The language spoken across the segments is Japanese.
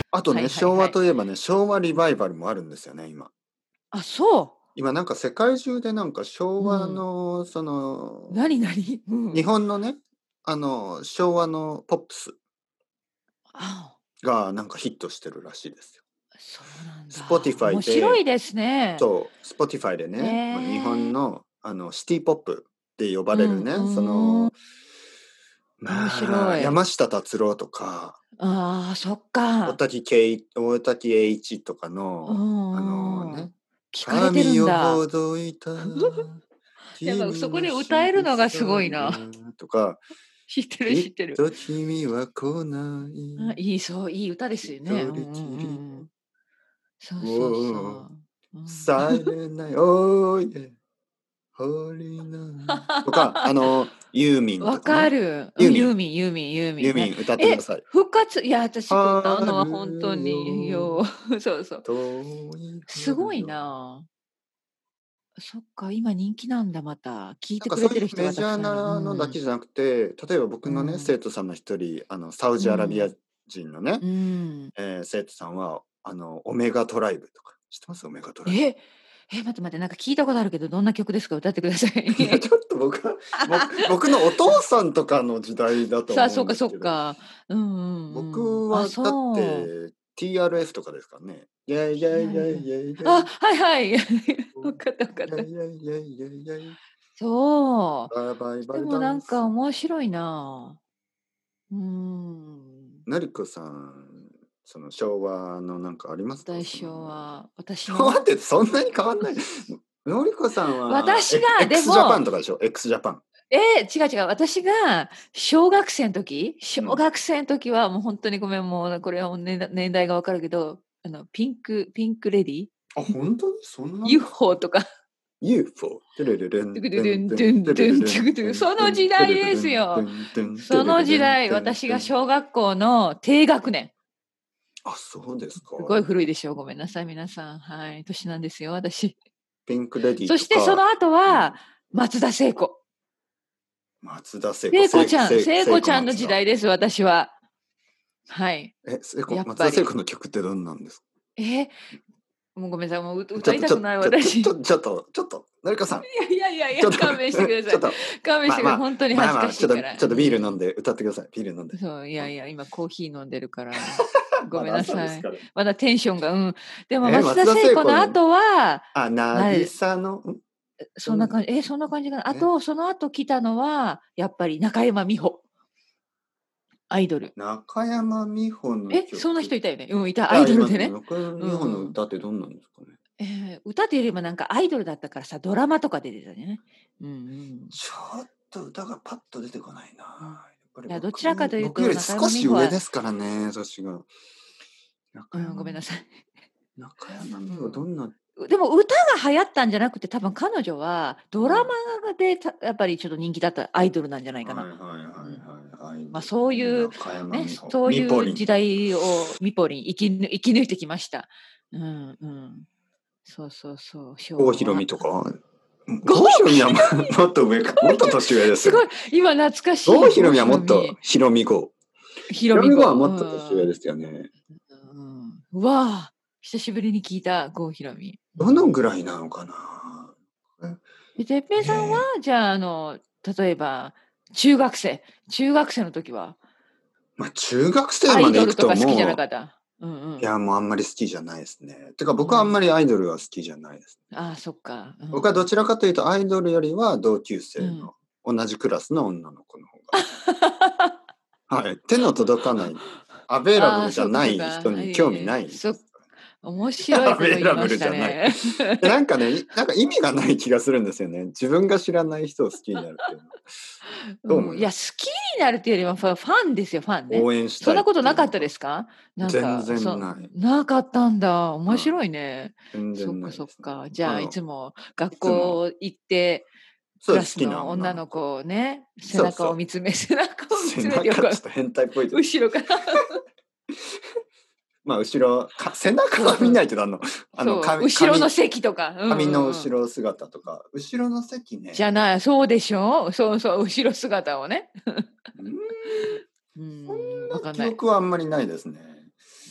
あとね、 はいはい昭はい。 和といえばね、昭和リバイバルもあるんですよね、今。 あ、そ今なんか世界中でなんかう。 昭和うん。 の何何う日ん。 本のね、昭和のポップスあ、 がなんかヒットしてるらしいですよ。 そうなんだ。 Spotify 面白いで、 ですね。 そう、Spotify でへね、日本え。 のシティポップって呼ばうんれるね、 うん。面まあ、 白い。 山下達郎とか、 ああ、そっか。 大滝栄一とかうの、ね、 んうん。聞かれてる髪をんだ。 ほどいたなんかそこで君の歌える仕のがすご草いな。 がとか、 知ってるきっ知ってる。 と君は来なあ、 い、 いい、そう、いい歌ですよね。うんう一人きりんうん。そうそうそを、 う。うん。 サイレンナイト、おーいえ、ホリナイトとか、ユーミンとわかね。 かる。うん、 ユーミン、 ユーミンユーミンユーミン。はい。 ユーミン歌ってください。 復活いや、私歌うのはほんと春によ、 よそうそう。 遠いすごい春よ。 な。そっか、今人気なんだ、また。聞いなんかそういうてくれてる人メジャーがたくさんいる。うなのだけん。 じゃなくて、例えば僕のね、 うん。 生徒さんの一人、サウうジアラビアん。 人のね、 うん。 生徒さんは、オメガトライブとか、知ってます？オメガトライブ。 え、待って待って、なんか聞いたことあるけど、どんな曲ですか？歌ってくださいや、ちい。 ょっと僕のお父さんとかの時代だとさあ、 思うそっかそんですけど、 っか。うんうんうん。あ、 僕はだっそう。 て TRF とかですからね。イェイイェイイェイ TRF。 イェイイェあ、 イ。 はいはい。わかったわかった。 イェイイェイイェイイェイイェイ。 そバイバイう。でバルもなんかダンス。 面白いな。うーん。 のりこさん、その昭和のなんかありますか？ 私は私昭和っのてそんなに変わんない。のりこさんは、 私がで X ジャパもンとかでしょ？ X ジャパン。 違う違う、私が小うん。 学生ん時はもうほんとにごめん、もうこれはもう年代が分かるけど、ピンクレディー？ あ、本当にそんなんですか？ UFO とか、 UFO、テレレレン、 トゥクドゥドゥン、 テンテン、 ドゥン、 テレレドゥン、 レン、 トゥクドゥ、 テンそのテン、テレ時代でレレン、テすよ。 ンテン、テそレレレン、 の時代、 テン私テン。 が小学校の低学年。 あ、そうですか。 すごい古いでしょ、ごめんなさい、皆さん。はい、年なんですよ、私。 ピンクレディーそしてそとか、 の後は、 うん、 松田聖子。 松田聖子、 聖子ちゃんの聖子松田。 時代です、私は。はい。 松田聖やっぱり。 子の曲ってどんなんですか？ え、もうごめんなさい、もうちょっと、ちょっ歌いたくないと、ちょ、ちょ、ち私。 ょ、ちょっと、ちょっと、のりこさん、 いやいやいやいや、 ちょっと、 勘弁してください。 ちょっと、 勘弁してください。本当に恥ずかしいから。 ちょっとうん。 ビール飲んで歌ってください。ビール飲んで。 そう、いうん。 やいや、今コーヒー飲んでるから、ごめんまだなさい。 朝ですからね。 まだテンションが、うん。でも松田松田聖子の聖子の、 後は、 あ、 なる渚の、どんな、 そんな感じそんな感じかな。 え、 その後来たのは、やっぱり中山美穂、アイドル。 中山美穂のそんな曲。 人いたよね。うん、いた、アイいや、いますね。 ドルでね。 中山美穂のうんうん。 歌ってどんなんですかね。 歌というよりもなんかアイドルだったからさ、ドラマとか出てたよね。うんうん。 ちょっと歌がパッと出てこないな。 うん。いやっぱりや、どちらかというと、 僕より中山美少し穂は上ですからね、年が。中ごめん山、 なさい。 中山美穂どんうん。 な、 でも歌が流行ったんじゃなくて、多分彼女はドラはマでやっぱりちょっと人気だったアイドルなんじゃないい、はい、 かな。 はい、はい、 うん。 はい、アイま、 ドルね、 そういう中山ね、 美穂、 そうミポいう時リン。 代をミポリン生き抜いてきました。うんうん。そうそうそう、 郷ひろ昭和。 みとか？ 郷郷ひろみはひろもっと上か、もっと年上ですよ。 すごい、今懐かしい、 郷ひろ郷ひみはもっと、 ろみ。 ひろみ郷。 ひひろみ郷はろみ号。 もっと年上ですよね。 うん。うわあ、久しぶりに聞いた、郷ひろみ。うどのぐん。 らいなのかな。 てっぺいさんは、 ええ、 じゃあ、例えば、中学生の時は、 まあ、中学生アイドルまで行くととか好きじゃなもかった？うんうう、いん。 や、もうあんまり好きじゃないですね。てか僕はあんまうん。 りアイドルは好きじゃないです。 ああ、そっか。うん。 僕はどちらかというとアイドルよりは同級うん。 生の同じクラスの女の子の方が、はい、手の届かない、アベイラブああ、 ルじゃそうかない人そうか。 に興味ないです。 面白いアこと言いまベイラブルじゃない。 したね。 で、なんかね、なんか意味がない気がするんですよね。自分が知らない人を好きになるっていうのは。どううん、いや、好思います？ きになるっていうよりは、ファンですよ、ファンね。 応援したいっそんなことなかったでていうのがすか？なん全か、 然ない。 なかったんだ。面はい。 白いね。 全然そっかないですね。 そっか。じゃあ、いつも学いつも、 校行って、クラそうです、好きなスの女の女の子。 子をね、 そうそう。 背中を見背つめてよく中ちょっと変態っぽいです。 後ろからまあ、後ろ、背中は見そうそう。 ないけど、 そう、後ろの席とか。うんう髪のんうん。 後ろ姿とか、後ろの席ね、 じゃない、そうでしょ？そうそう、後ろ姿をね。 うーん、 うそんん、わな記かんない。 憶はあんまりないですね。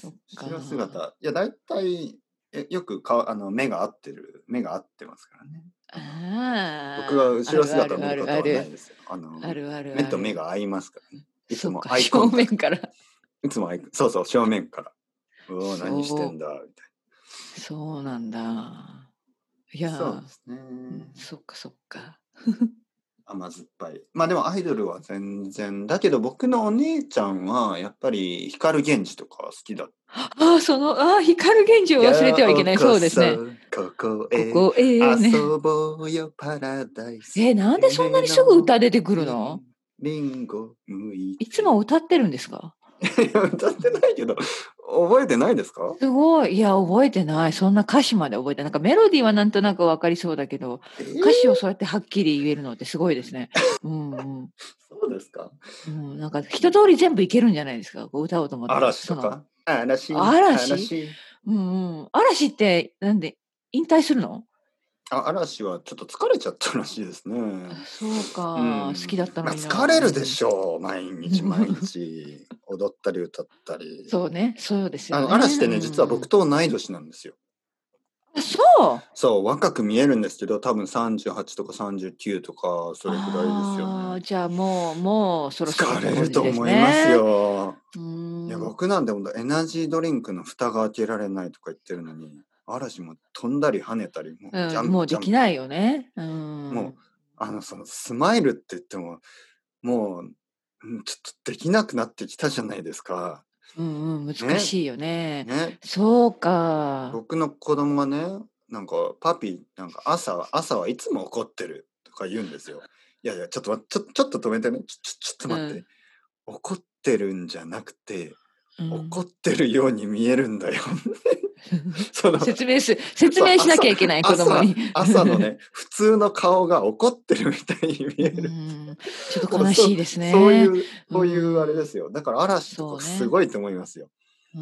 そっ後ろか。 姿。いや、大体、よく目が合ってますからね。僕がああ、 後ろあるあるあ姿を見ることるある。 はないですよ。 あるある目と目ある。 が合いますからね。いつそっか、 もアイコ正ンタクト。 面から。 いつもそうそう、正面から。何してんそだみたいな。 う、そうなんだ。いやー、 そうですね。 そっかそっか。 甘酸っぱい。まあでもアイドルは全然。だけど僕のお姉ちゃんはやっぱり光源氏とか好きだった。 ああ、光源氏を忘れてはいけない。 ようこそうですね。 そ、こここへこね。 遊ぼうよパラダイス。 なんでそんなにすぐ歌出てくるの？ リンゴ剥いいつも歌ってるんですか？ て。いや歌ってないけど、覚えてないですか？ すごい。いや、覚えてない。そんな歌詞まで覚えてない。なんかメロディーはなんとなくわかりそうだけど、歌詞をそうやってはっきり言えるのってすごいですね。うんうん。 そうですか？ うん、なんか一通り全部いけるんじゃないですか。こう歌おうと思ったら。 嵐とか嵐、 嵐。 嵐。 うんうん。嵐ってなんで引退するの？ 嵐はちょっと疲れちゃったらしいですね。 そううか。好きだっん。まあ、 たのにな。 疲れるでうん。 しょう。毎日毎日。踊ったり歌ったり。 そうね。そうですよね。う嵐ってね、実は僕ん。 と同い年なんですよ。 あ、そう。 そう、若く見えるんですけど、多分38とか39とか、それくらいですよね。 ああ、じゃあもうそろそろっ疲れるて感じですと思いますね。 よ。 ういや、 ーん。 僕なんてほんとエナジードリンクの蓋が開けられないとか言ってるのに、嵐も飛んだり跳ねたり、もうジャうん、 ンプもうジャンプ。 できないよね。うもう、 ん。 そのスマイルって言っても、もう、ちょっとできなくなってきたじゃないですか。 うんうん、難ね、 しいよね。 ね。 そうか。 僕の子供がね、なんかパピ、なんか朝はいつも怒ってるとか言うんですよ。いやいや、ちょっと止めてね。ちょっとうん、 待って。怒ってるんじゃなくて、 うん。 怒ってるように見えるんだよ。その、 説そう、 明しなきゃいけない、子供に。 朝のね、普通の顔が怒ってるみたいに見うえる。 ん、ちょっともう悲しいですそういね。 う、 うそういうあれでん、 すよ。だから嵐とかすそうね。 ごいと思いますよ。 うん、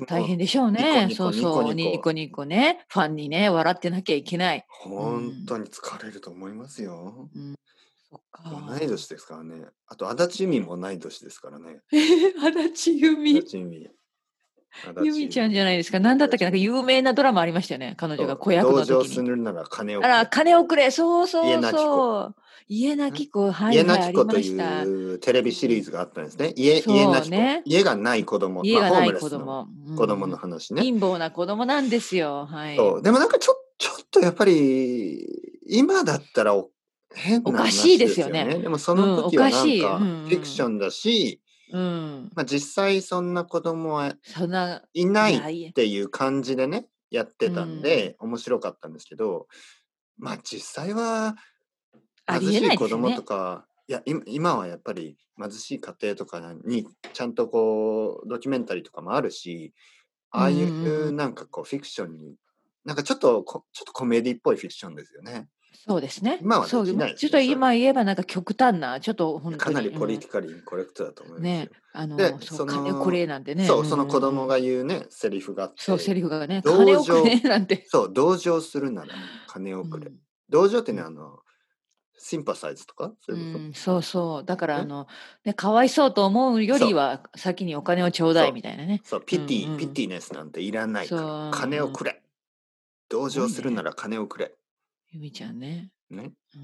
大いつも変でしょうね。 ニコニコニコそうそう、 ニコ。 ニコニコね。ファンにね、笑ってなきゃいけない。うん、 本当に疲れると思いますよ。 うん、そっ同いか。 年ですからね。あと、足立由美も同い年ですからね。 足立由美。 足立由美。足由美ちゃん立由美。 じゃないですか。なんだったっけ、なんか足立由美。 有名なドラマありましたよね。彼女が子役同情の時に。 するなら金をあら、 くれ。 金をくれ。そう家そうなき子。 そう。家なんき子。はいはい、 家なき子とありました。 いうテレビシリーうん、 ズがあったんですね。家なき子。 そうね。 家がない子供。まあ、ホー家がないムレスの子供。うん子供のうん。 話ね。 貧乏な子供なんですよ。はい。 そう。でもなんかちょっとやっぱり、今だったら変なおかしい話ですよね。 ですよね。でもそうん、おの時はかしい。うなんかフィクシんョンだし、 うん。うん。 まあ実際そんな子供はそんな、 いないっいえ。 ていう感じでね、やっうてたんん。 で、面白かったんですけど、まあ実際は貧ありえないでしい子供とすよね。 か、いや、今はやっぱり貧しい家庭とかにちゃんとこう、ドキュメンタリーとかもあるし、 うんああいうんうんうん。 うなんかこうフィクションに、なんかちょっとコメディっぽいフィクションですよね。 そうですね。 今はでそう、 きないですね、 ちょっとそういうの。 今言えばなんか極端な、ちょっといや、 本当に、 かなりポリティカリーインコレクトだと思いますね、 よ。で、 そう、金くれなんてね。 その子供が言うね、セリフがあっそう、セて、 リフがね、金をくれ同情なんて。 同情するなら金をくれ。 うん。 同情ってね、 うん。 シンパサイズとかそういうこうん、そうそう。だからとね。 ね、かわいそうと思うよそう、 りは、先にお金をちょうだいみそう、 たいなね。 そう、 うんうピん。 ティネスなんていらないそう、 から、金うん。 をくれ。同すご情いね。 するなら金をくれ。 ゆみちゃんね。 ね。 うん。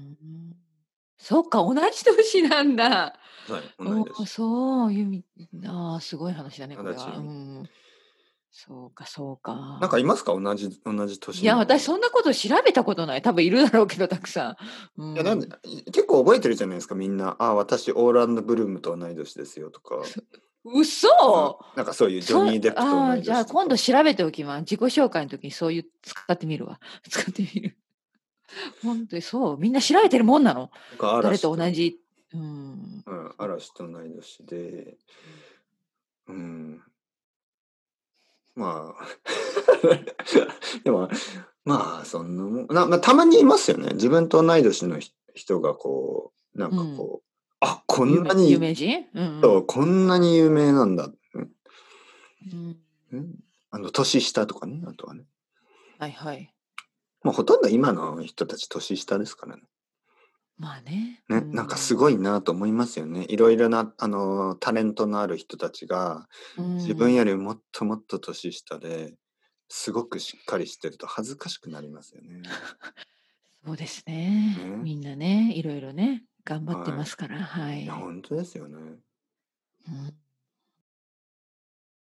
そっか、同じ年なんだ。 はい、同いおお、 年。 そう、ああ、すごい話だね、これは。う足立由美。 ん。そうかそうか。 なんかいますか？同じいや、 年の。 私そんなこと調べたことない。多分いるだろうけど、たくさん。ういや、なんで、 ん。 結構覚えてるじゃないですか、みんな。あ、私、オーランド・ブルームと同い年ですよとか、 嘘！ なんかそういうジョニー・デップと同いじゃあ年とか。 今度調べておきます。自己紹介の時にそういう使ってみるわ。使ってみる。ほんとにそう、みんな調べてるもんなの？ なんか誰嵐と、 と同じ。うん。 うん、 そっ嵐と同い年で、うん、まあ、でも、まあ、そんなもん、たまにいますよね。自分と同い年の人がこう、なんうん。 かこう、あ、こんなに、 有名人？うんうん。 そう、こんなに有名なんだ。 うん。 年下とかね、あとはね。 はいはい。 もうほとんど今の人たち年下ですからね。 まあね。 ね、なんかすごいなと思いますよね。いろいろな、タレントのある人たちが、 う自分よん。 りもっともっと年下で、すごくしっかりしてると恥ずかしくなりますよね。 そうですね。 ね、 みんなね、いろいろね、頑張ってはい。 ますから、はいや、 い。 本当ですよね。 うん。